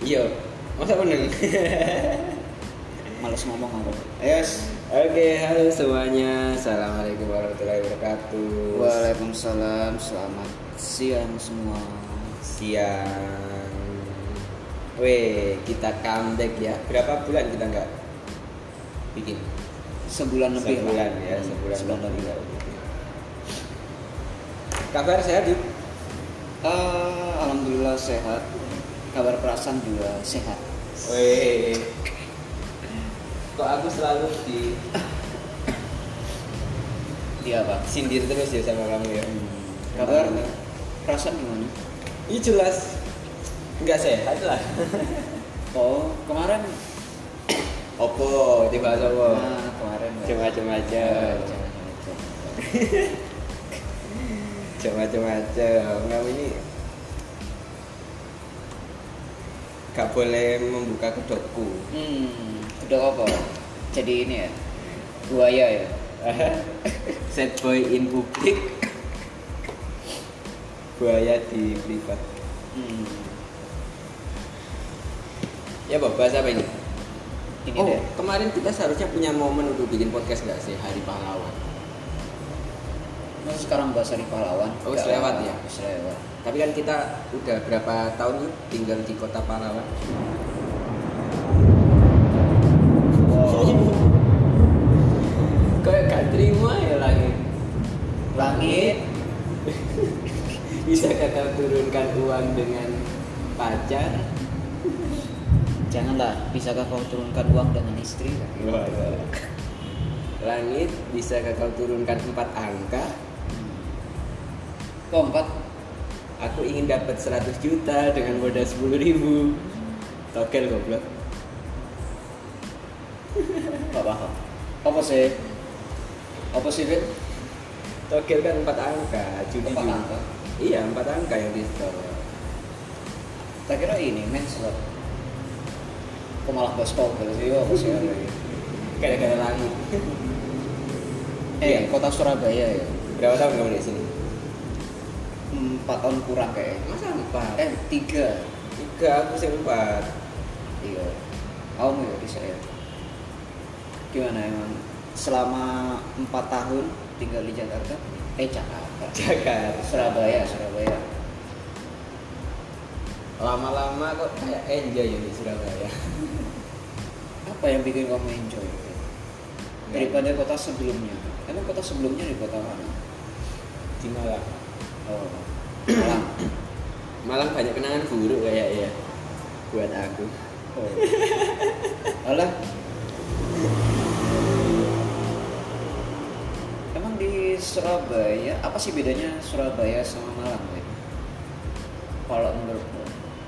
Iya, masa meneng. Males ngomong aku. Yes. Oke, halo semuanya. Assalamualaikum warahmatullahi wabarakatuh. Waalaikumsalam. Selamat siang semua. Siang. Weh, kita comeback ya. Berapa bulan kita nggak bikin? Sebulan lebih Sebulan lah. ya, sebulan lebih. nggak bikin. Kabar sehat, Yuk? Alhamdulillah sehat. Kabar perasaan juga sehat. Weh. Kok aku selalu Iya pak. sindir terus ya sama kamu ya? Kabar perasaan gimana? Iya jelas nggak sehat lah. Oh kemarin. Opo, dibahas opo? Nah kemarin. Macam-macam aja. Macam-macam. Kamu ini gak boleh membuka kedokku. Udah apa? Jadi ini ya. Buaya ya. Sad boy in public, buaya di privat. Ya Bob, bahas apa ini? Ini Oh, deh. kemarin kita seharusnya punya momen untuk bikin podcast nggak sih, Hari Pahlawan? Nah, sekarang bahas Hari Pahlawan. Oh, selewat ya? Selewat. Tapi kan kita udah berapa tahun nih tinggal di kota pahlawan? Kayak gak terima ya langit. Bisa kakak turunkan uang dengan pacar? Janganlah, bisakah kau turunkan uang dengan istri? Langit, bisakah kau turunkan 4 angka? Kok 4? Aku ingin dapat 100 juta dengan modal 10.000. Tokel goblok. Gak paham. Apa sih? Apa sih, Fit? Tokel kan 4 angka, judi 4 juga. angka? Iya, 4 angka yang di store. Tak kira ini, men slot. Kok malah bahas Togel sih? Apa sih? Gara-gara langit. Kota Surabaya ya? Berapa tahun kamu di sini? 4 tahun kurang kayak. Masa 4? 3. 3, aku sih 4. Iya. Kamu ya bisa ya. Gimana emang? Selama 4 tahun tinggal di Jakarta? Jakarta. Surabaya. Lama-lama kok kayak enjoy ya di Surabaya. Apa yang bikin kamu enjoy? Daripada kota sebelumnya. Emang kota sebelumnya di kota mana? Di Malang. Oh, Malang. Malang banyak kenangan buruk kayak ya buat aku. Oh. Alah. Emang di Surabaya apa sih bedanya Surabaya sama Malang, Pak? Kalau menurutmu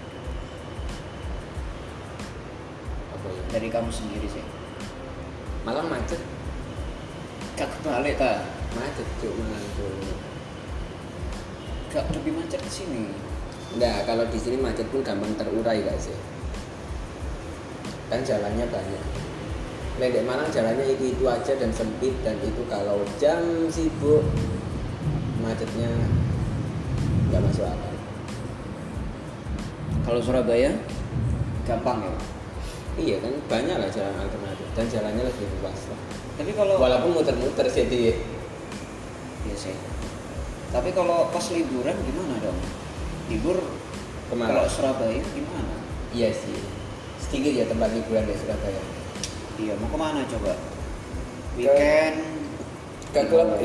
Apa ya? dari kamu sendiri sih? Malang macet. Gak kebalik ta? Macet cuk Malang tuh. Gak lebih macet di sini. Enggak, kalau di sini macet pun gampang terurai gak sih? Kan jalannya banyak. Lendek Malang jalannya itu aja dan sempit, dan itu kalau jam sibuk macetnya nggak masuk akal. Kalau Surabaya gampang ya. Iya kan banyak lah jalan alternatif dan jalannya lebih luas lah. Tapi kalau Walaupun muter-muter sih di. iya sih. Tapi kalau pas liburan gimana dong? Libur Kemana? kalau Surabaya gimana? Iya sih. Sedikit ya tempat liburan di Surabaya. Iya, mau kemana coba? Weekend Ke klub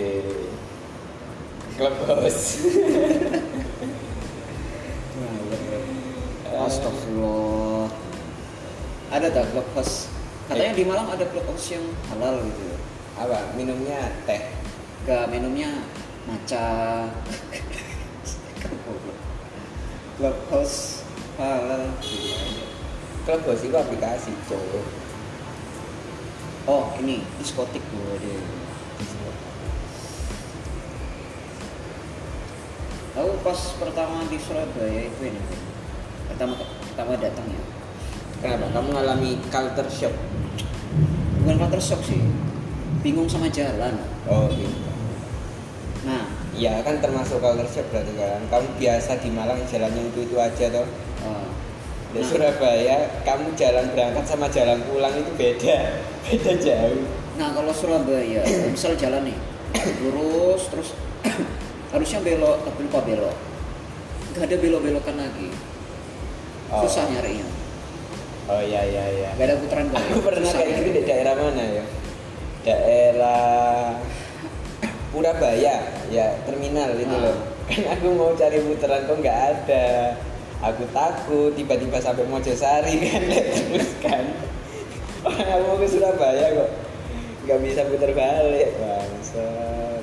klub bos. Astagfirullah. Ada tak klub house? Katanya di Malang ada klub house yang halal gitu. Apa? Minumnya teh. Gak minumnya matcha. Klub house halal. Klub bos itu aplikasi cowok. Oh ini diskotik gue deh. Tahu pas pertama di Surabaya itu ini pertama datang ya. Kenapa? Kamu ngalami culture shock? Bukan culture shock sih, bingung sama jalan. Oh gitu. Nah Ya kan termasuk culture shock berarti kan. Kamu biasa di Malang jalannya itu aja toh. Di Surabaya kamu jalan berangkat sama jalan pulang itu beda jauh. Nah kalau Surabaya, misal jalan nih lurus terus harusnya belok tapi lupa belok, nggak ada belok-belokan lagi, susah nyarinya. Oh iya. Nggak ada putaran balik. Aku pernah kayak gitu di daerah mana ya? Daerah Purabaya ya, terminal itu loh. Kan aku mau cari putaran kok nggak ada. Aku takut tiba-tiba sampai Mojosari kan, terus kan orang aku mau ke Surabaya kok nggak bisa putar balik, bangsat.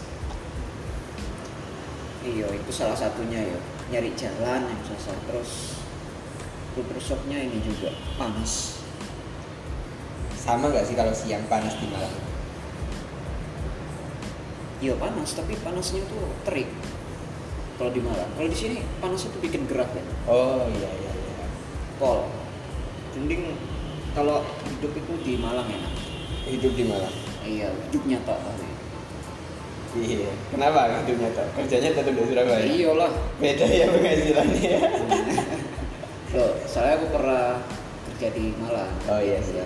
Iya itu salah satunya ya, nyari jalan yang susah. Terus kultur shocknya ini juga panas. Sama nggak sih kalau siang panas di Malang? Iya panas, tapi panasnya tuh terik. Kalau di Malang, kalau di sini panasnya tuh bikin gerak kan. Oh iya. Pol. Mending kalau hidup itu di Malang enak. Hidup di Malang. Iya, hidup nyata tapi. Iya. Kenapa hidupnya tuh? Kerjanya tetap di Surabaya. Iyalah. Beda ya penghasilannya. Loh, soalnya aku pernah kerja di Malang. Oh iya sih.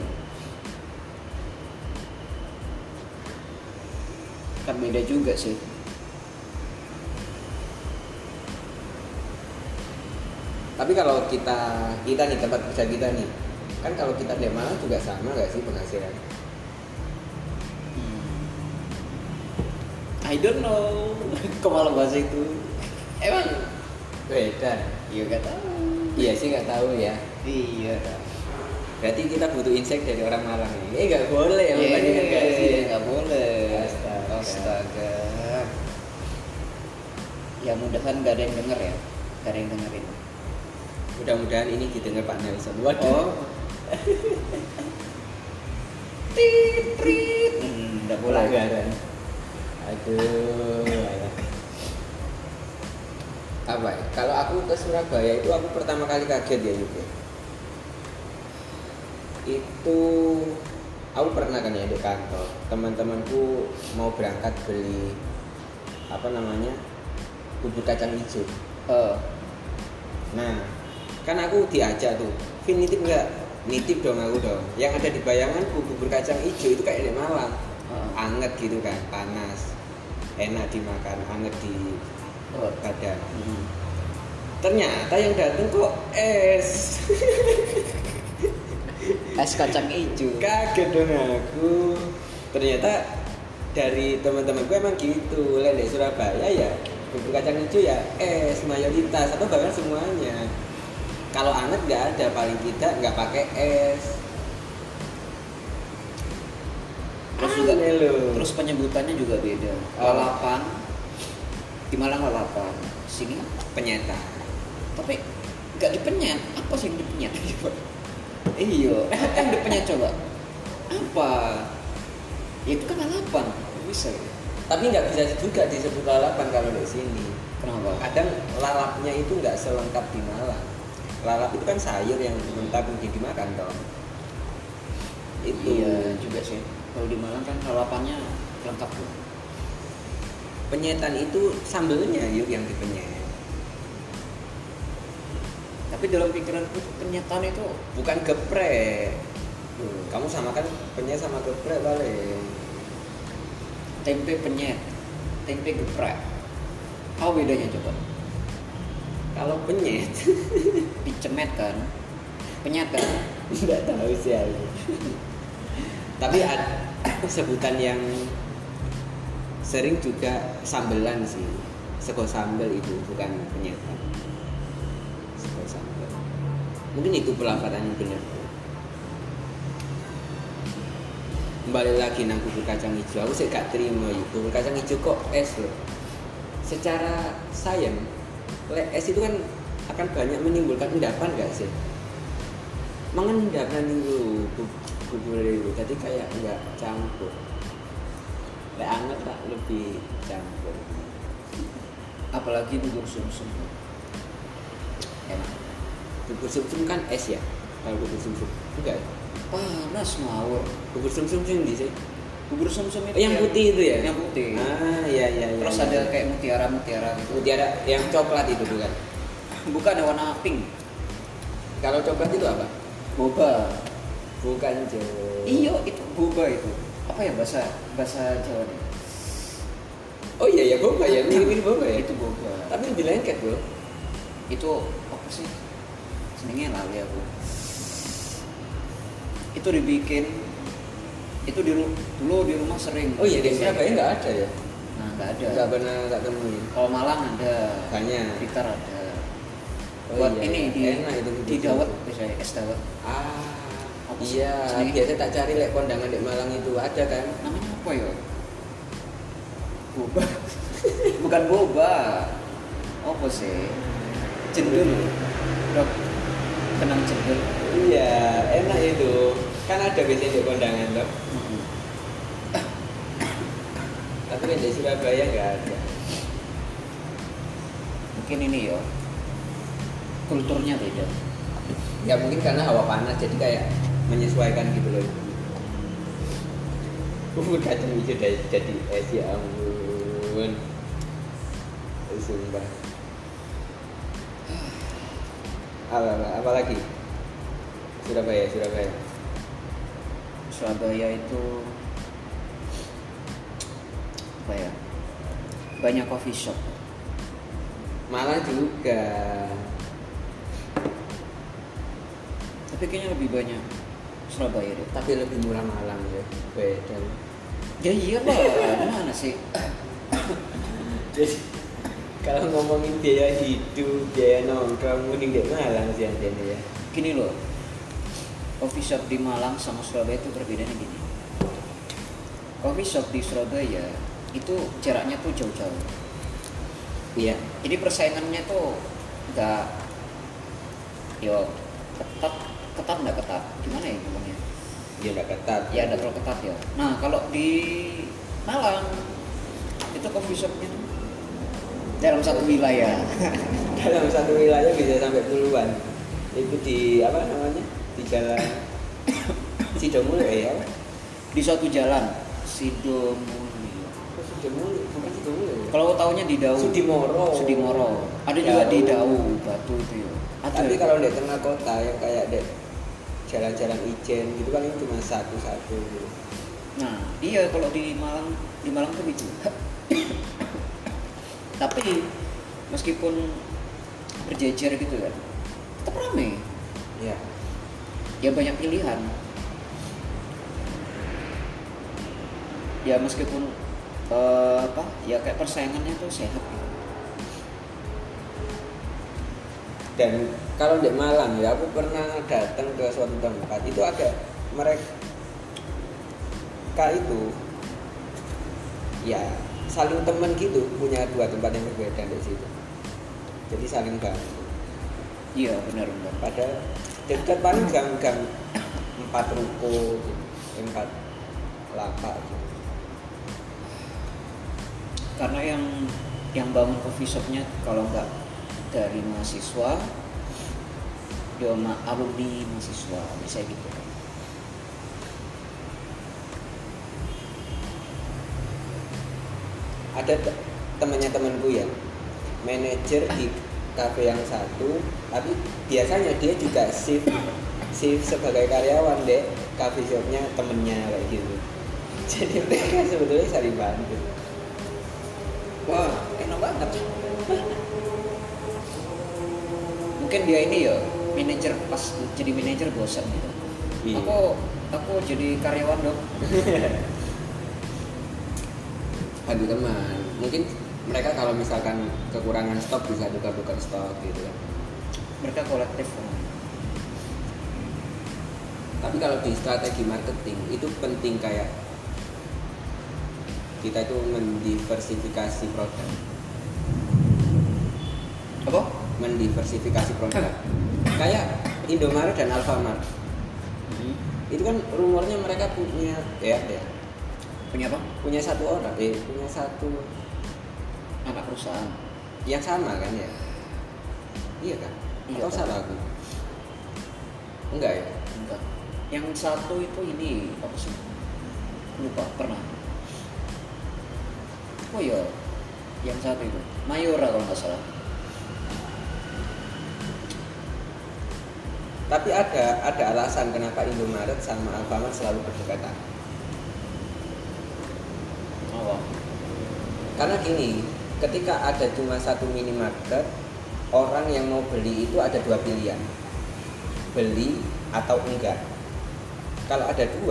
Kan beda juga sih. Tapi kalau kita nih tempat kerja kita nih, kan kalau kita di Malang juga sama nggak sih penghasilan? I don't know. Kok malah bahas itu? Emang beda? Iya gak tahu. Iya sih nggak tahu ya. Iya. Berarti kita butuh insight dari orang Malang nih. Nggak boleh ya membandingkan gaji. Nggak boleh. Astaga. Ya mudahan nggak ada yang denger ya. Nggak ada yang dengerin. Mudah-mudahan ini didengar Pak Nelson. Waduh. Oh. Titrit. Nggak boleh. Pelanggaran. Aduh. Apa ya? Kalau aku ke Surabaya itu aku pertama kali kaget ya juga. Itu aku pernah kan ya di kantor. Teman-temanku mau berangkat beli bubur kacang hijau. Nah, kan aku diajak tuh, Vin nitip nggak? Nitip dong aku dong. Yang ada di bayanganku bubur kacang hijau itu kayak di Malang, anget gitu kan, panas, enak dimakan, anget di badan. Ternyata yang dateng kok es. Es kacang hijau. Kaget dong aku. Ternyata dari teman-temanku emang gitu. Di Surabaya ya bubur kacang hijau ya es mayoritas atau bahkan semuanya. Kalau anget nggak ada, paling tidak nggak pakai es. Terus juga terus penyebutannya juga beda. Lalapan di Malang lalapan, sini Penyetan. tapi nggak dipenyet. Apa sih yang dipenyet? Iya, apa yang dipenyet coba? Apa? Ya itu kan lalapan, bisa. Tapi nggak bisa juga disebut lalapan kalau di sini. Kenapa? Kadang lalapnya itu nggak selengkap di Malang. Lalap itu kan sayur yang mentah mungkin dimakan toh. Itu Iya juga sih. Kalau di Malang kan lalapannya lengkap tuh. penyetan itu sambelnya yuk yang dipenyet. Tapi dalam pikiranku penyetan itu Bukan geprek. Kamu samakan penyet sama geprek balik. tempe penyet, tempe geprek. Apa bedanya coba? Kalau penyet Dicemet kan? Penyet kan? nggak tahu sih aku. Tapi ada sebutan yang sering juga sambelan sih. Sego sambel itu bukan penyetan. Sego sambel. Mungkin itu pelafalannya benar. Kembali lagi nang bubur kacang hijau, aku sih gak terima yuk. Bubur kacang hijau kok es loh. Secara sains, es itu kan akan banyak menimbulkan endapan gak sih? Mengendap nanti bubur itu, jadi kayak nggak campur. Lek anget tak lebih campur. Apalagi bubur sumsum. Enak. Bubur sumsum kan es ya? Kalau bubur sumsum enggak ya? Panas ngawur. Bubur sumsum sih di sih. Bubur sumsum itu Yang putih itu ya? Yang putih. Ah iya. Terus iya. ada kayak mutiara gitu. Mutiara yang coklat itu bukan? Bukan, ada warna pink. Kalau coklat itu apa? Boba. Bukan Jo. Iya, itu boba itu. Apa ya bahasa Jawa nih? Oh iya ya boba ya, mirip-mirip boba ya. Itu boba. Tapi lebih lengket bro. Itu apa sih? Senengnya lali aku. Itu dibikin itu dulu di rumah sering. Oh iya di Surabaya nggak ada ya? Nah nggak ada. Nggak pernah tak temuin. Kalau Malang ada. Banyak. Blitar ada. Oh, Buat iya, ini enak itu di dawet biasanya es dawet. Ah, sih? iya. Senengnya? Biasa tak cari lek kondangan di Malang itu ada kan? Namanya apa ya? Boba. Bukan boba. Apa sih? Cendol. Dok. Kenang cendol. Iya, enak itu. Kan ada biasanya di kondangan toh. Tapi yang di Surabaya nggak ada. Mungkin ini ya. Kulturnya beda. Ya mungkin karena hawa panas jadi kayak menyesuaikan gitu loh. Kacang hijau jadi es ya ampun. Sumpah. Apa lagi? Surabaya. Surabaya itu apa ya? Banyak coffee shop. Malang juga. Tapi kayaknya lebih banyak Surabaya deh. Tapi lebih murah Malang ya. Beda. Ya iya lah, mana sih? Jadi kalau ngomongin biaya hidup, biaya nongkrong, mending di Malang sih anjene ya. Gini loh, coffee shop di Malang sama Surabaya itu perbedaannya gini. Coffee shop di Surabaya itu jaraknya tuh jauh-jauh. Iya. Jadi persaingannya tuh nggak, yo ketat nggak ketat. Gimana ya ngomongnya? Dia nggak ketat. Ya nggak terlalu ketat ya. Nah kalau di Malang itu coffee shopnya tuh dalam satu wilayah. Dalam satu wilayah bisa sampai puluhan. Itu di apa namanya? Di jalan Sidomulyo ya? Di suatu jalan Sidomulyo. Sidomulyo, bukan Sidomulyo. Kalau taunya di Dau. Sudimoro. Ada juga di Dau Batu itu ya. Tapi kalau di tengah kota yang kayak di jalan-jalan Ijen gitu kan itu cuma satu-satu. Nah, iya kalau di Malang tuh gitu. Tapi meskipun berjejer gitu kan, tetap rame. Ya. Ya banyak pilihan. Ya meskipun ya kayak persaingannya tuh sehat gitu. Dan kalau di Malang ya aku pernah datang ke suatu tempat itu ada mereka itu ya saling teman gitu, punya dua tempat yang berbeda di situ. Jadi saling bantu. Iya benar. Padahal dekat paling gang 4 ruko, 4 lapak. Karena yang bangun coffee shopnya kalau nggak dari mahasiswa, dia alumni mahasiswa, bisa gitu. Ada temannya temanku ya, manajer di kafe yang satu, tapi biasanya dia juga shift sebagai karyawan deh, coffee shopnya temennya kayak gitu. Jadi mereka sebetulnya saling bantu. Wah, enak banget. Mungkin dia ini ya manajer, pas jadi manajer bosan gitu. Iya. Aku jadi karyawan dong. Bantu teman. Mungkin mereka kalau misalkan kekurangan stok bisa tukar-tukar stok gitu kan. Mereka kolektif. Tapi kalau di strategi marketing itu penting kayak kita itu mendiversifikasi produk. Apa? Mendiversifikasi produk. Kayak Indomaret dan Alfamart. Itu kan rumornya mereka punya Punya apa? punya satu orang, punya satu Anak perusahaan. yang sama kan ya? Iya kan? Iya, Atau kan? salah aku? Enggak ya? Enggak. Yang satu itu ini apa sih? Lupa, pernah. Oh iya, yang satu itu Mayora kalau nggak salah. Tapi ada alasan kenapa Indomaret sama Alfamart selalu berdekatan. Oh. Karena gini, ketika ada cuma satu minimarket, orang yang mau beli itu ada dua pilihan, beli atau enggak. Kalau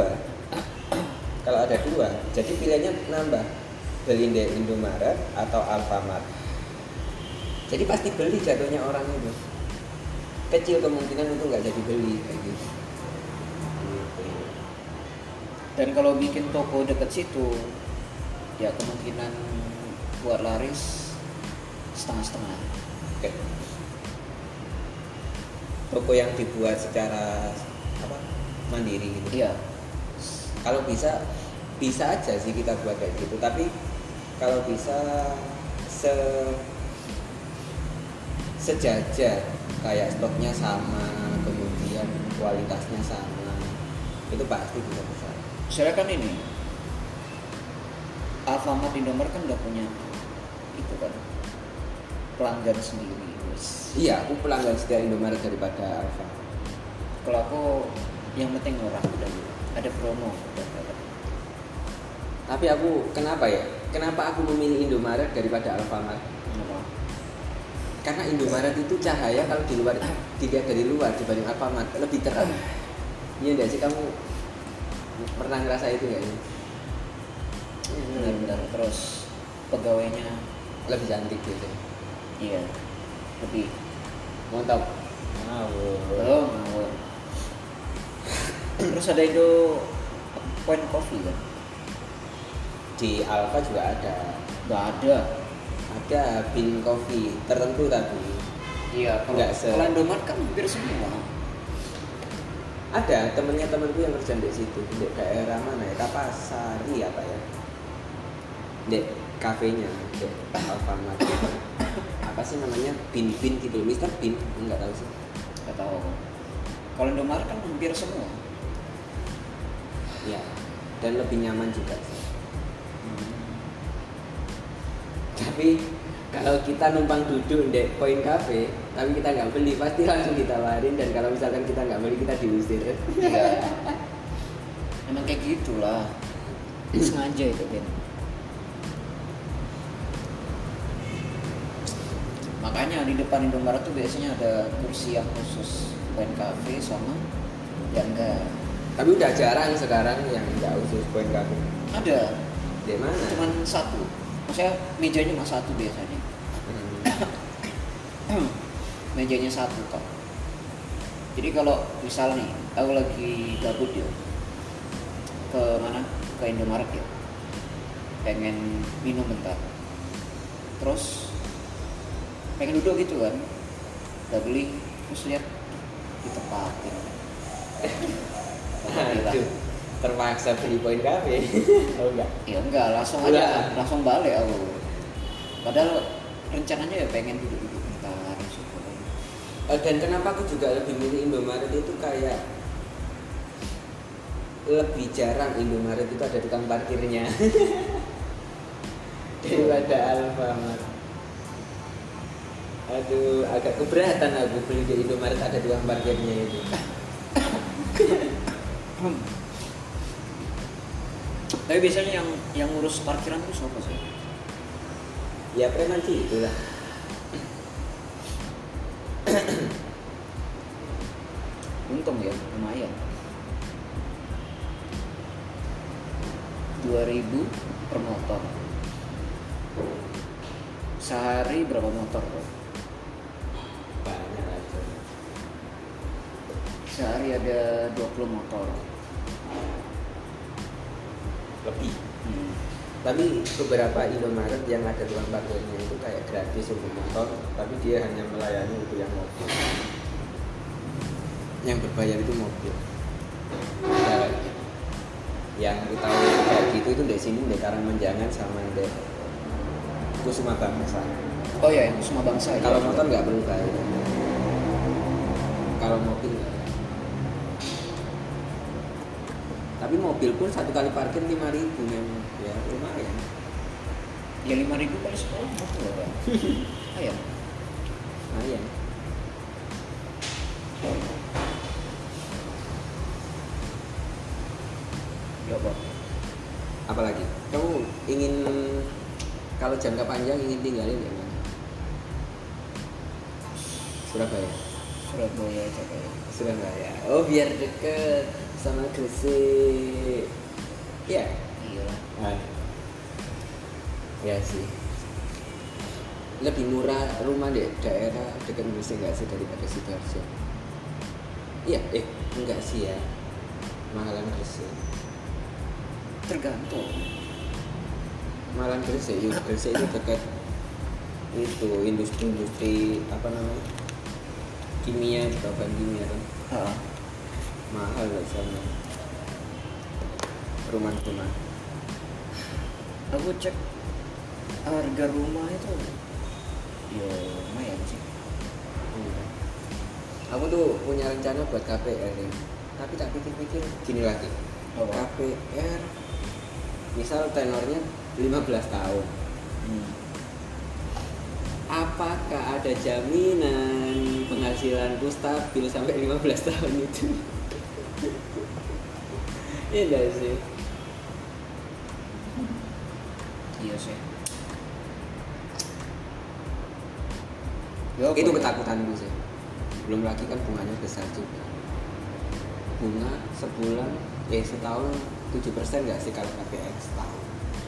ada dua, jadi pilihannya nambah, beli di Indomaret atau Alfamart. Jadi pasti beli jatuhnya orang itu. Kecil kemungkinan itu nggak jadi beli kayak gitu. Dan kalau bikin toko dekat situ, ya kemungkinan buat laris setengah-setengah. Oke. Toko yang dibuat secara mandiri gitu. Iya. Kalau bisa aja sih kita buat kayak gitu. Tapi kalau bisa sejajar, kayak stoknya sama, kemudian kualitasnya sama, itu pasti bisa. Soalnya kan ini Alfamart Indomaret kan udah punya itu kan pelanggan sendiri. Iya, aku pelanggan setia Indomaret daripada Alfamart. Kalau aku yang penting orang udah ada promo. Tapi aku kenapa aku memilih Indomaret daripada Alfamart? Karena Indomaret itu cahaya kalau dilihat dari luar dibanding Alfamart lebih terang. Iya enggak sih, kamu pernah ngerasa itu nggak sih? Benar-benar. Terus pegawainya Lebih cantik gitu. iya lebih Mantap. ngawur. Terus ada itu Point Coffee kan? Di Alfa juga ada. Nggak ada. Ada Bean Coffee tertentu tapi. Iya, Nggak kalau Indomaret kan hampir semua. Ada temenku yang kerja di situ, di daerah mana ya? Kapasari apa ya? Di kafenya, di Alfamart. Apa sih namanya? Bean gitu, Mister Bean? Enggak tahu sih. Nggak tahu. Kalau Indomaret kan hampir semua. Ya, dan lebih nyaman juga sih. Tapi kalau kita numpang duduk di Point Cafe, tapi kita nggak beli, pasti langsung ditawarin. Dan kalau misalkan kita nggak beli, kita diusir. Iya. Emang kayak gitulah. Sengaja itu Ben. Makanya di depan Indomaret tuh biasanya ada kursi yang khusus Point Cafe sama yang enggak. Tapi udah jarang sekarang yang nggak khusus Point Cafe. Ada. Di mana? Cuman satu. Maksudnya mejanya cuma satu biasanya. Mejanya satu kok. Jadi kalau misal nih aku lagi gabut ya ke mana, ke Indomaret ya, pengen minum bentar, terus pengen duduk gitu kan, udah beli terus lihat ditempatin. Aduh, terpaksa beli Point Cafe. Oh enggak? Ya enggak, langsung aja, langsung balik aku. Padahal rencananya ya pengen duduk-duduk bentar. Dan kenapa aku juga lebih milih Indomaret itu kayak lebih jarang Indomaret itu ada tukang parkirnya daripada Alfamart. Aduh, agak keberatan aku beli di Indomaret ada tukang parkirnya itu. Tapi biasanya yang ngurus parkiran itu siapa sih? Ya preman sih itulah. Untung ya, lumayan. 2.000 per motor. Sehari berapa motor? Banyak aja. Sehari ada 20 motor. Lebih. Tapi beberapa Indomaret yang ada tukang parkirnya itu kayak gratis untuk motor, tapi dia hanya melayani untuk yang mobil. Yang berbayar itu mobil. Nah, yang tahu kayak gitu itu dari sini, dari Karangmenjangan sama dari Kusuma Bangsa. Oh ya, yang Kusuma Bangsa. Kalau ya, motor nggak perlu bayar. Kalau mobil nggak. Tapi mobil pun satu kali parkir 5.000 memang, ya lumayan. Ya 5.000 kali 10 motor kan. Ayo. Lumayan. Ya apa? Apalagi kamu ingin, kalau jangka panjang ingin tinggalin di mana? Surabaya. Surabaya aja kayak. Surabaya. Oh biar deket sama Gresik. Ya. Iya lah. Ah. Ya sih. Lebih murah rumah di daerah dekat Gresik nggak sih daripada Sidoarjo? Iya, enggak sih ya. Mahalan Gresik. Tergantung. Mahalan Gresik, Gresik itu dekat itu industri apa namanya? Kimia, bahan kimia kan. Ah, Mahal lah sana. Rumah-rumah. aku cek harga rumah itu ya lumayan sih. Iya. Aku tuh punya rencana buat KPR nih. Tapi tak pikir-pikir gini lagi. Apa? KPR misal tenornya 15 tahun. Apakah ada jaminan penghasilanku stabil sampai 15 tahun itu? Iya enggak sih? Iya sih. Ya, Itu apa ya? ketakutanku sih. Belum lagi kan bunganya besar juga. Bunga sebulan, setahun 7% nggak sih kalau KPR setahun?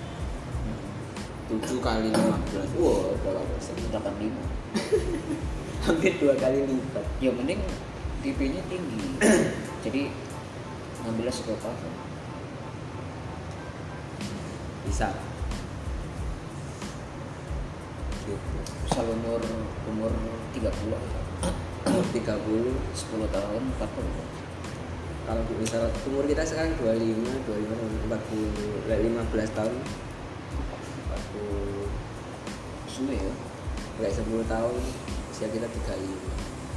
7 kali 15, wow berapa persen? 85. Hampir 2 kali lipat. Ya mending DP-nya tinggi. Jadi ngambilnya 10 tahun. Bisa. Gitu. Misal umur 30 Umur 30, 10 tahun 40. kalau misal umur kita sekarang 25, 40, 15 tahun 40, Suwe ya. kayak 10 tahun usia kita 35.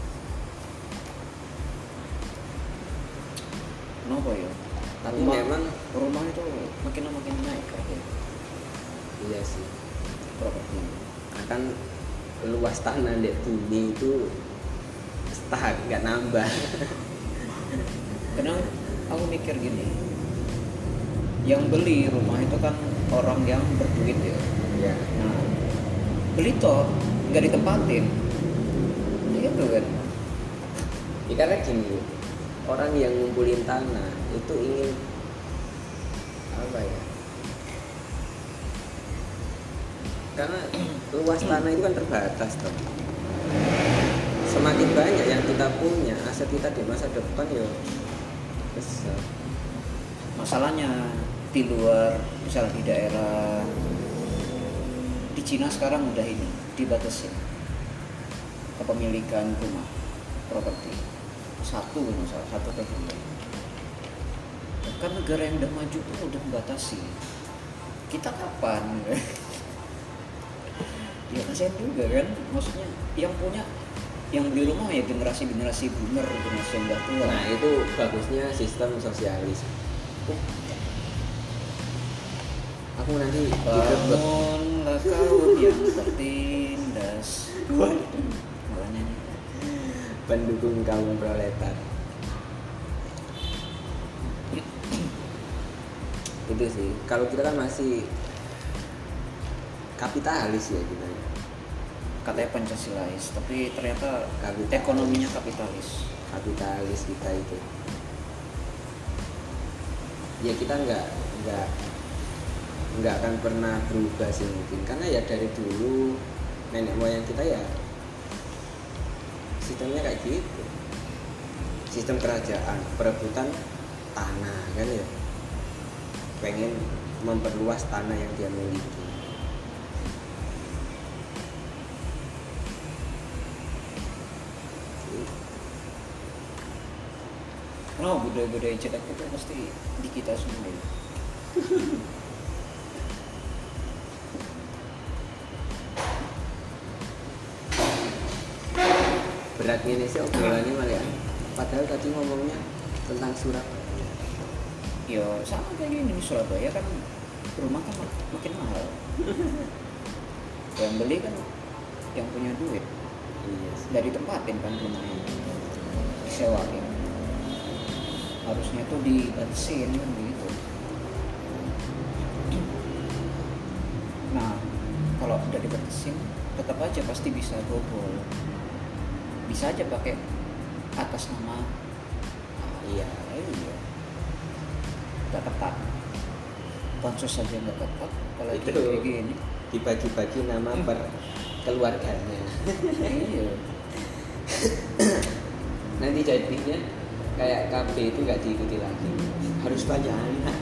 Kenapa ya? Tapi rumah, memang rumah itu makin lama makin naik harga iya sih, properti. akan luas tanah di bumi itu stuck, nggak nambah. Kadang aku mikir gini, yang beli rumah itu kan orang yang berduit ya. Ya. Nah, beli toh nggak ditempatin, itu kan. Ya karena gini, orang yang ngumpulin tanah itu ingin apa ya? Karena luas tanah itu kan terbatas toh. Semakin banyak yang kita punya, aset kita di masa depan ya besar. Masalahnya di luar, misal di daerah di Cina sekarang udah ini dibatasi kepemilikan rumah properti satu per kan negara yang udah maju tuh udah membatasi. Kita kapan? Ya kasihan juga kan, maksudnya yang punya, yang beli rumah ya generasi boomer, generasi yang udah tua. Nah itu bagusnya sistem sosialis. Aku nanti bangunlah kaum yang tertindas. Malah nyanyi. pendukung kaum proletar. Itu sih. Kalau kita kan masih kapitalis ya kita. Katanya Pancasilais, tapi ternyata Kapitalis. ekonominya kapitalis. Kapitalis kita itu. Ya kita nggak akan pernah berubah sih mungkin, karena ya dari dulu nenek moyang kita ya sistemnya kayak gitu, sistem kerajaan, perebutan tanah kan ya, pengen memperluas tanah yang dia miliki. Karena budaya-budaya jelek itu pasti di kita semua ya. Berat ini sih obrolannya malah ya. Padahal tadi ngomongnya tentang Surabaya. Ya sama kayak gini di Surabaya kan rumah kan makin mahal. Yang beli kan yang punya duit, Iya sih. dari tempatin kan rumahnya, disewain. Harusnya tuh dibatasin kan gitu. dibatasin tetap aja pasti bisa bobol, bisa aja pakai atas nama Iya. nggak ketat, pansus saja nggak ketat apalagi Itu. kayak gini. Dibagi-bagi nama per keluarganya. Iya. Nanti jadinya kayak KB itu nggak diikuti lagi, harus banyak anak.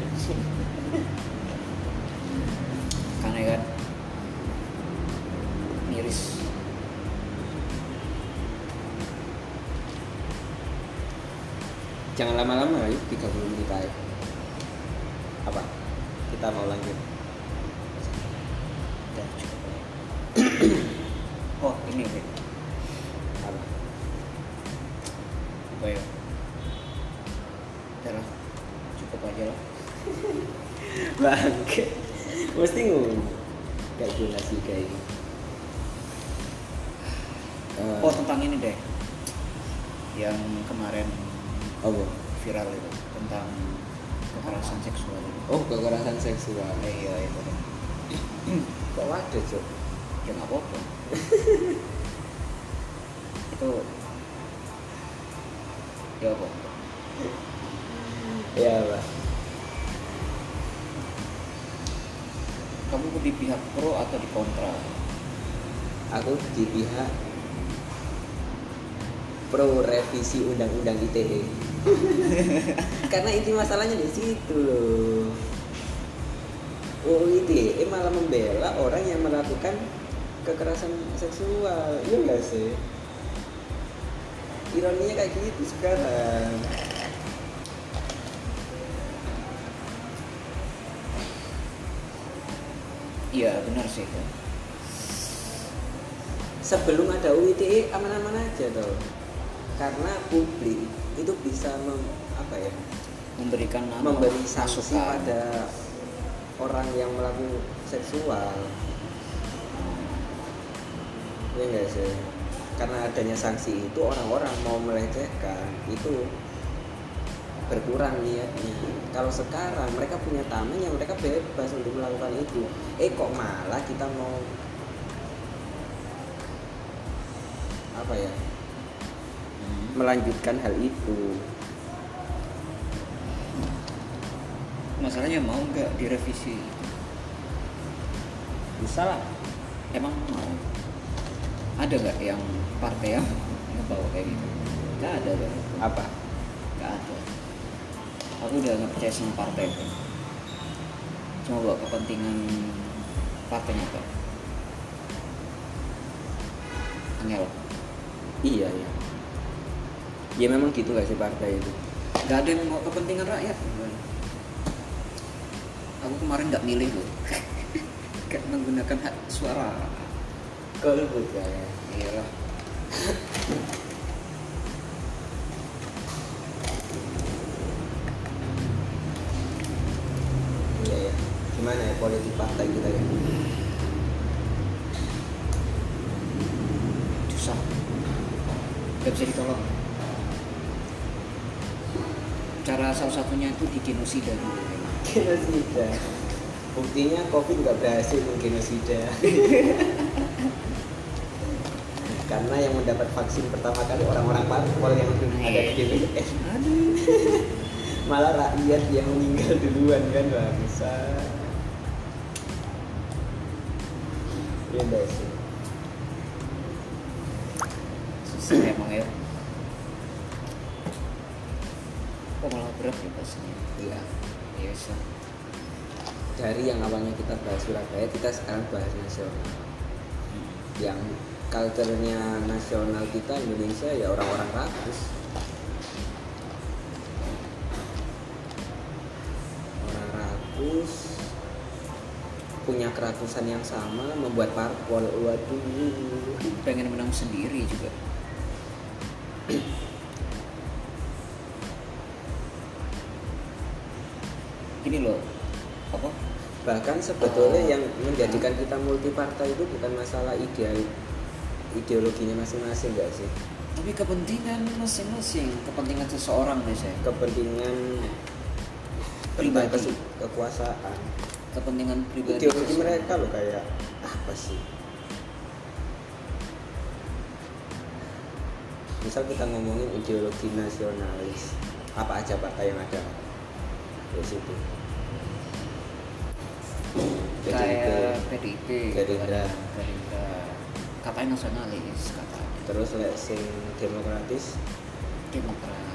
Karena kan miris. Jangan lama-lama, yuk 30 menit aja. Apa? Kita mau lanjut. Udah cukup. Oh ini Beb. Apa? Apa ya? Udah lah, cukup aja lah. Bangke. Mesti ngomong. Kayak jelas sih kayak ini. Oh tentang ini deh, yang kemarin apa? viral itu tentang kekerasan seksual itu. Oh, kekerasan seksual. Iya itu deh. Kok ada, Cok? Ya nggak apa-apa. Itu ya apa? Ya, Pak. Kamu di pihak pro atau di kontra? Aku di pihak pro revisi undang-undang ITE. Karena inti masalahnya di situ loh. UU ITE malah membela orang yang melakukan kekerasan seksual. Iya nggak sih? Ironinya kayak gitu sekarang. Iya benar sih kan. Sebelum ada UU ITE aman-aman aja tuh. Karena publik itu bisa Memberikan nama, memberi sanksi masukan. pada orang yang melakukan seksual. Ya enggak sih? Karena adanya sanksi itu orang-orang mau melecehkan itu berkurang niatnya. Kalau sekarang mereka punya taman yang mereka bebas untuk melakukan itu. Kok malah kita mau melanjutkan hal itu. Masalahnya mau nggak direvisi? Bisa lah. Emang mau? Ada nggak yang partai yang ngebawa kayak gitu? Nggak ada kan? Apa? Nggak ada. Aku udah nggak percaya sama partai kan. Cuma bawa kepentingan partainya kan. Angel. Iya ya. Ya memang gitu gak sih partai itu. Gak ada yang mau kepentingan rakyat. Aku kemarin nggak milih loh. Gak menggunakan hak suara. Golput ya. Iyalah. Iya ya. Gimana ya politik partai kita ya? Susah. Gak bisa ditolong. Cara salah satunya itu di genosida dulu. Genosida. Buktinya COVID nggak berhasil menggenosida. Karena yang mendapat vaksin pertama kali orang-orang parpol yang ada di DPR. Malah rakyat yang meninggal duluan kan bangsa. Iya enggak sih. Susah emang ya. Kok malah berat ya bahasanya? Iya. Biasa. Dari yang awalnya kita bahas Surabaya, kita sekarang bahas nasional. Yang culture-nya nasional kita Indonesia ya orang-orang rakus. Orang rakus punya kerakusan yang sama, membuat parpol. Waduh. Pengen menang sendiri juga. Gini loh, apa? Bahkan sebetulnya yang menjadikan kita multi partai itu bukan masalah ideologinya masing-masing enggak sih? Tapi kepentingan masing-masing, kepentingan seseorang biasanya. Kepentingan Pribadi. kekuasaan. Kepentingan pribadi. Ideologi seseorang. mereka loh kayak apa sih? misal kita ngomongin ideologi nasionalis, apa aja partai yang ada di situ? Kayak PDIP, Gerindra. Gerindra, katanya nasionalis, katanya. Terus lek sing demokratis, Demokrat.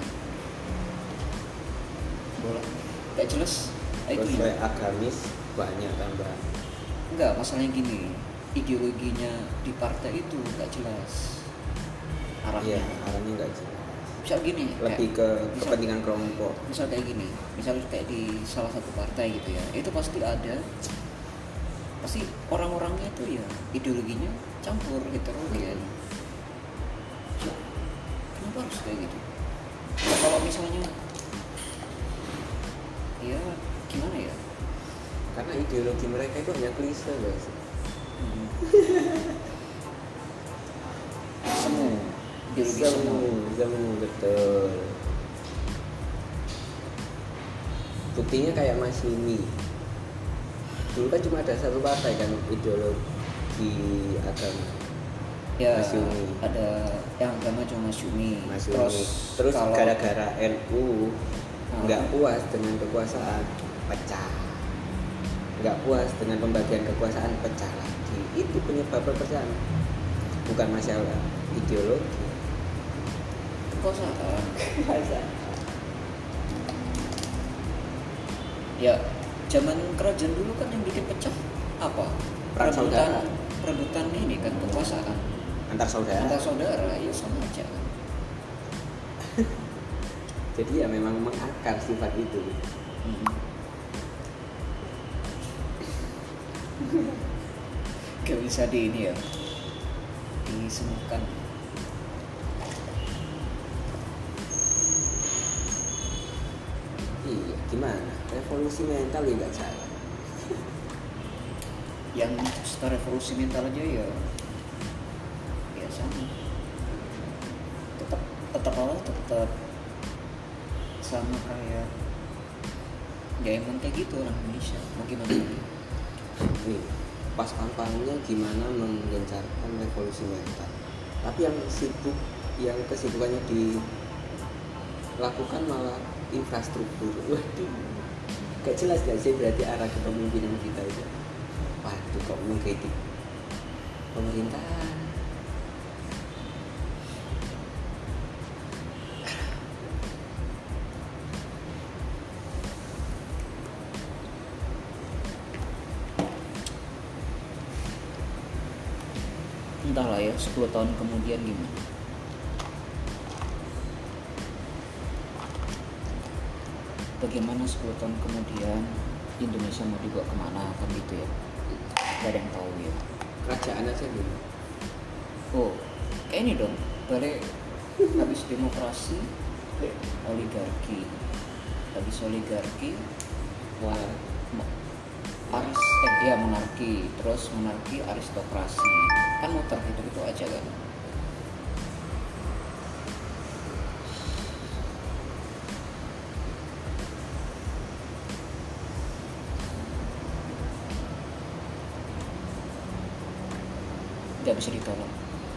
Bola, gak jelas. Itu terus ya. lek agamis banyak tambah. Enggak, masalahnya gini, ideologinya di partai itu nggak jelas arahnya. Iya, arahnya enggak jelas. Misal gini, Lebih ke kepentingan kelompok. misal kayak gini, misal kayak di salah satu partai gitu ya, itu pasti orang-orangnya itu ya ideologinya campur heterogen. Nah, kenapa harus kayak gitu? Nah, kalau misalnya ya gimana ya? Karena ideologi mereka itu hanya klise, guys. Semu, ideologi semu. Semu, betul. Buktinya kayak Mas Yumi. Dulu kan cuma ada satu partai kan ideologi agama. Ya Mas Yumi. ada yang agama cuma Mas Yumi. Mas Yumi. Terus kalau- gara-gara NU nggak puas dengan kekuasaan, pecah. Nggak puas dengan pembagian kekuasaan, pecah lagi. Itu penyebab perpecahan. Bukan masalah ideologi. kekuasaan. Ya zaman kerajaan dulu kan yang bikin pecah apa? Perang saudara. Perebutan ini kan kekuasaan Antar saudara. antar saudara, ya sama aja kan. Jadi ya memang mengakar sifat itu. Gak bisa di ini ya disembuhkan. Iya, gimana? Revolusi mental ya nggak jalan. Yang setelah revolusi mental aja ya sama, tetap sama kayak ya emang kayak gitu orang Indonesia, mau gimana lagi? Nih, pas kampanye gimana menggencarkan revolusi mental. Tapi yang kesibukannya dilakukan malah infrastruktur. Waduh, gak jelas gak sih berarti arah kepemimpinan kita itu. Waduh, kok mengkritik pemerintahan. Entahlah ya 10 tahun kemudian gimana. Bagaimana 10 tahun kemudian Indonesia mau dibawa kemana kan gitu ya. Gak ada yang tahu ya. Kerajaan aja dulu. Oh, kayak ini dong. Balik habis demokrasi, oligarki. Habis oligarki, Wah, monarki, terus monarki aristokrasi. Kan muter gitu aja kan. Gak bisa ditolak.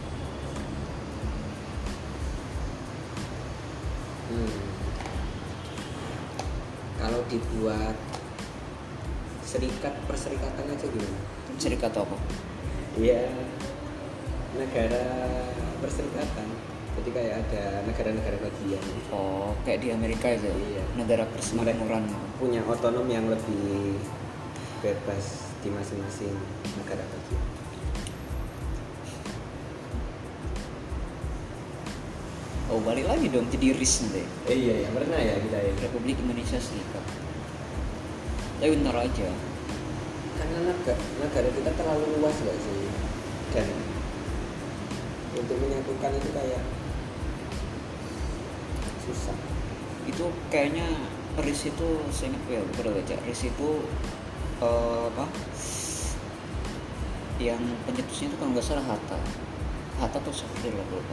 Kalau dibuat perserikatan aja gimana? Serikat apa? Iya, negara perserikatan. Jadi kayak ada negara-negara bagian. Oh, kayak di Amerika itu. Iya. Negara persemakmuran. Punya otonom yang lebih bebas di masing-masing negara bagian. Oh, balik lagi dong jadi RIS nanti. Iya, pernah ya kita ya. Republik Indonesia Serikat. Tapi bentar aja. Karena negara kita terlalu luas nggak sih? Dan untuk menyatukan itu kayak susah. Itu kayaknya RIS itu saya ingat ya, udah baca. RIS itu apa? Yang pencetusnya itu kalau nggak salah Hatta tuh Soekarno lah lupa.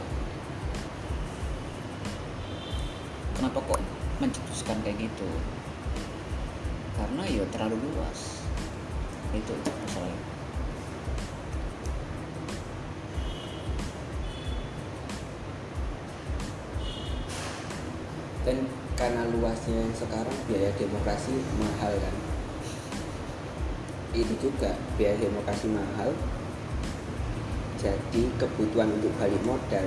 Kenapa kok mencetuskan kayak gitu? Karena ya terlalu luas. Itu masalahnya. Dan karena luasnya sekarang biaya demokrasi mahal kan, itu juga biaya demokrasi mahal, jadi kebutuhan untuk balik modal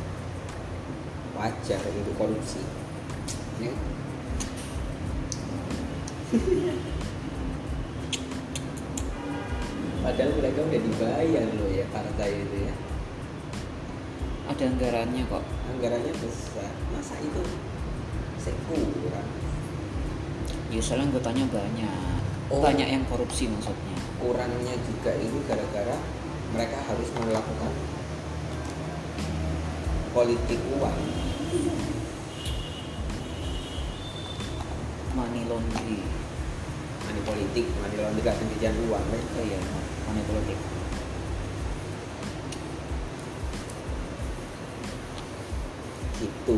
wajar untuk korupsi ya. Padahal mereka udah dibayar loh ya partai itu ya, Ada anggarannya kok. anggarannya besar, masa itu kurang. Ya soalnya anggotanya banyak. Oh. Banyak yang korupsi maksudnya. Kurangnya juga ini gara-gara mereka harus melakukan politik uang. Money laundry. Money politik, money laundry, pencucian uang kan. Oh iya, money politik. Gitu.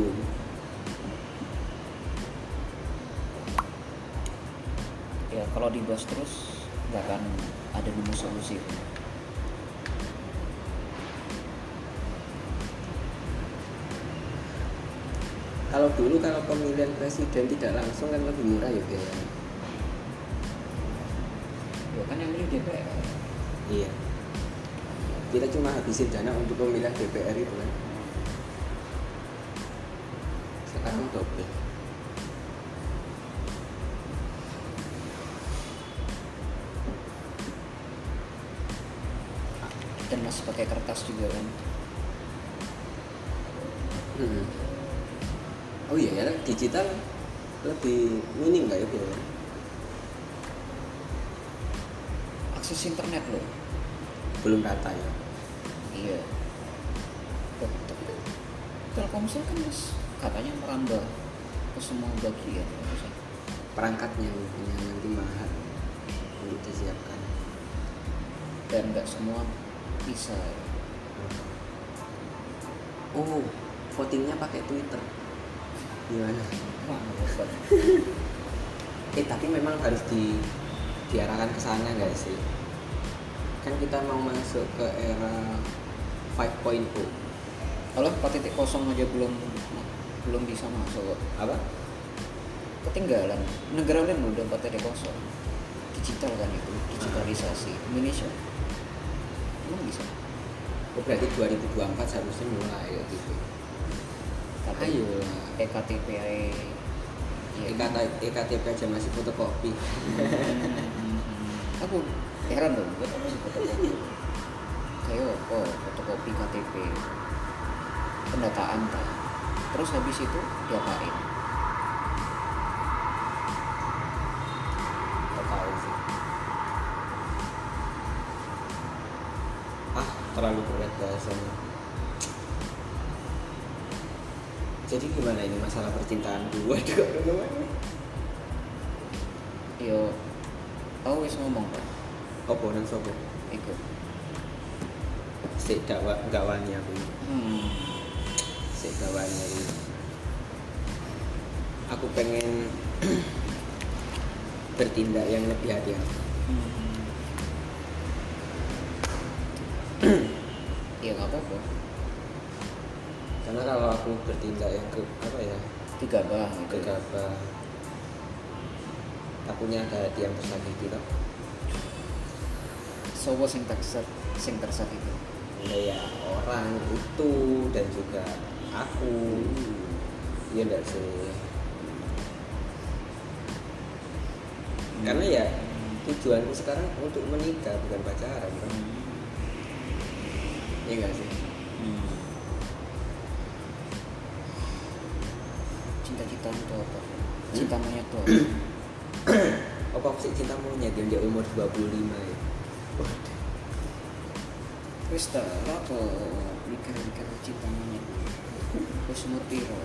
Ya kalau dibahas terus nggak akan ada nemu solusi. Kalau dulu kalau pemilihan presiden tidak langsung kan lebih murah ya kayaknya. Ya kan yang milih DPR. Iya. Kita cuma habisin dana untuk pemilihan DPR itu kan. Sekarang double. Dan masih pakai kertas juga kan. Oh iya ya, digital lebih minim nggak ya biaya? Akses internet loh. Belum rata ya. Iya. Tapi kan Telkomsel kan katanya merambah ke semua bagian. Perangkatnya yang nanti mahal untuk disiapkan. Dan nggak semua bisa. Oh, votingnya pakai Twitter. Gimana? Wah, hebat. Tapi memang harus diarahkan ke sana nggak sih? Kan kita mau masuk ke era 5.0. Kalau 4.0 aja belum bisa masuk. Apa? Ketinggalan. Negara lain udah 4.0. Digital kan itu, digitalisasi. Indonesia belum bisa. Oh, berarti 2024 seharusnya mulai ya gitu. Ayo lah. EKTP EKTP aja masih fotokopi. Aku heran dong, buat apa sih fotokopi? Kayak fotokopi KTP, pendataan kan. Terus habis itu diapain? Nggak tahu sih. Terlalu berat bahasanya. Jadi gimana ini masalah percintaan gua juga gimana? Yo, aku wis ngomong kan, Opo nang sopo? ikut. Sik gak wani aku. Sik gak wani aku. Aku pengen bertindak yang lebih hati-hati. Ya nggak apa-apa. Karena kalau aku bertindak yang Gegabah gitu. gegabah, takutnya ada hati yang tersakiti loh. Sopo sing tersakiti. Ya orang itu dan juga aku. Iya enggak sih? Karena ya tujuanku sekarang untuk menikah bukan pacaran kan. Iya enggak sih? Cita-citamu itu apa? Cinta monyet itu apa? Apa sih cinta monyet yang dia umur 25 ya? Wis ta, apa nikah cinta monyet? Wis umur piro?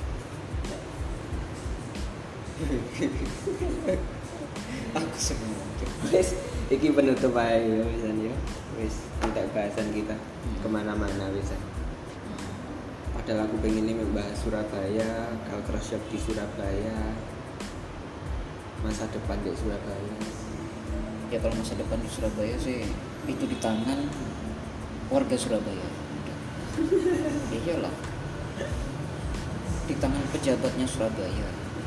Aku seneng. Wes, iki penutup aja ya wisan ya. Wes, tidak bahasan kita kemana-mana wisan. Padahal aku pengen ini membahas Surabaya, culture shock di Surabaya, masa depan di Surabaya. Ya kalau masa depan di Surabaya sih itu di tangan warga Surabaya. Ya iyalah. di tangan pejabatnya Surabaya.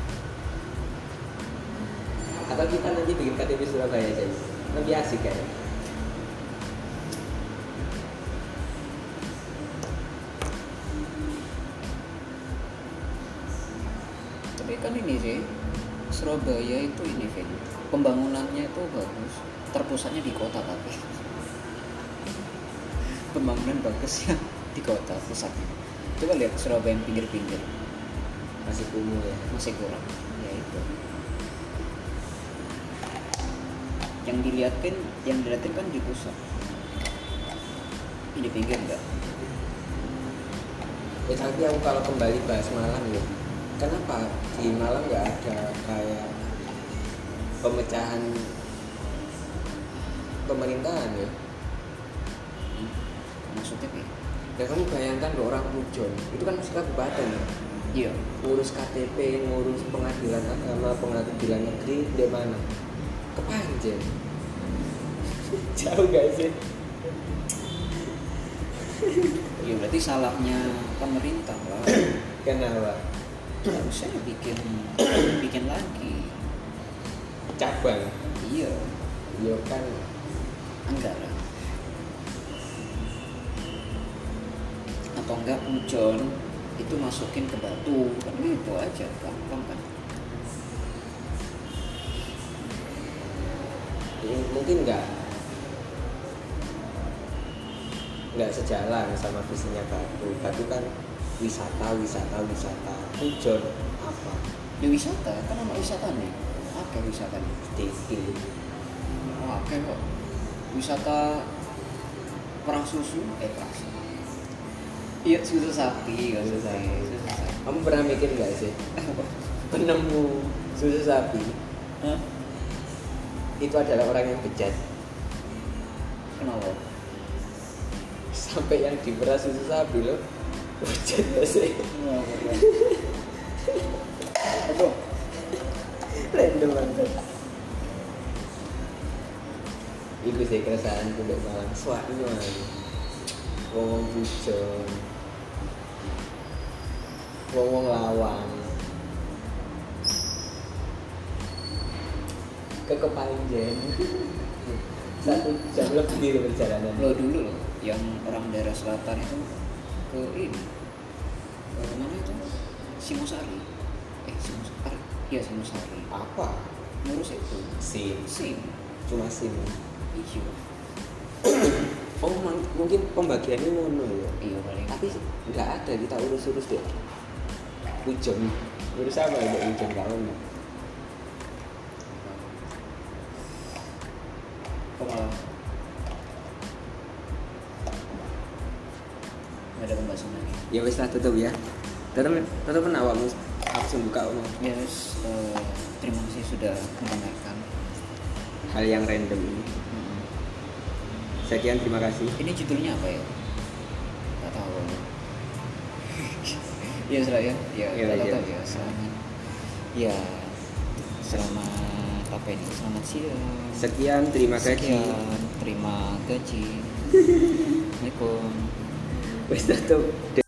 Atau kita nanti bikin KTP Surabaya aja, lebih asik kayaknya. Tapi kan ini sih, Surabaya itu ini Vin, pembangunannya itu bagus, terpusatnya di kota tapi pembangunan bagus ya di kota pusatnya. Coba lihat Surabaya yang pinggir-pinggir Masih kumuh ya. masih kurang. Ya itu. Yang dilihatin kan di pusat. Ini pinggir enggak? Tapi aku kalau kembali bahas Malang ya, kenapa di Malang nggak ada kayak pemecahan pemerintahan ya? Maksudnya Pi? Ya kamu bayangkan loh, orang Pujon itu kan masih kabupaten ya, Iya. ngurus KTP, ngurus pengadilan agama, pengadilan negeri di mana? Kepanjen. Jauh gak sih? Ya berarti salahnya pemerintah lah. Kenapa? Harusnya bikin lagi. Cabang. Iya, Iya kan. anggaran. Atau enggak Pujon itu masukin ke Batu, kan itu aja, gampang kan. Mungkin nggak sejalan sama visinya Batu. Batu kan wisata. Pujon apa? Di wisata, kan nama wisata nih. Oke wisata nih. Dikit. Oke kok. Wisata perah susu, perah susu. Iya susu sapi, Susu sapi. Susu sapi. Kamu pernah mikir nggak sih, penemu susu sapi Hah? itu adalah orang yang bejat? Kenapa? Sampai yang diperas susu sapi loh, bejat gak sih? Aduh. Random banget. Iku sih keresahanku di Malang. Soalnya ngomong Pujon, ngomong Lawang, ke Kepanjen. 1 jam lebih perjalanan. Lo dulu loh, yang orang daerah selatan itu ke ini, ke mana itu? Singosari. Singosari. Iya Singosari. Apa? Ngurus itu. SIM. Cuma SIM. Iya. Oh, mungkin pembagiannya ngono ya. Iya paling. Tapi nggak ada, kita urus deh. Pujon. Urus apa ya Pujon kawan? Kok malah nggak ada pembahasan lagi. Ya wis lah, tutup ya. Tutup awakmu. Aku sing buka omong. Yes, terima kasih sudah mendengarkan. Hal yang random ini. Sekian, terima kasih. Ini judulnya apa ya? Gak tahu. Iya sudah ya. Ya, Iya, tak iya. tahu ya. Selamat. Ya, selamat apa ini? Selamat siang. Sekian, terima kasih. Sekian, terima gaji. Assalamualaikum. Wis tutup.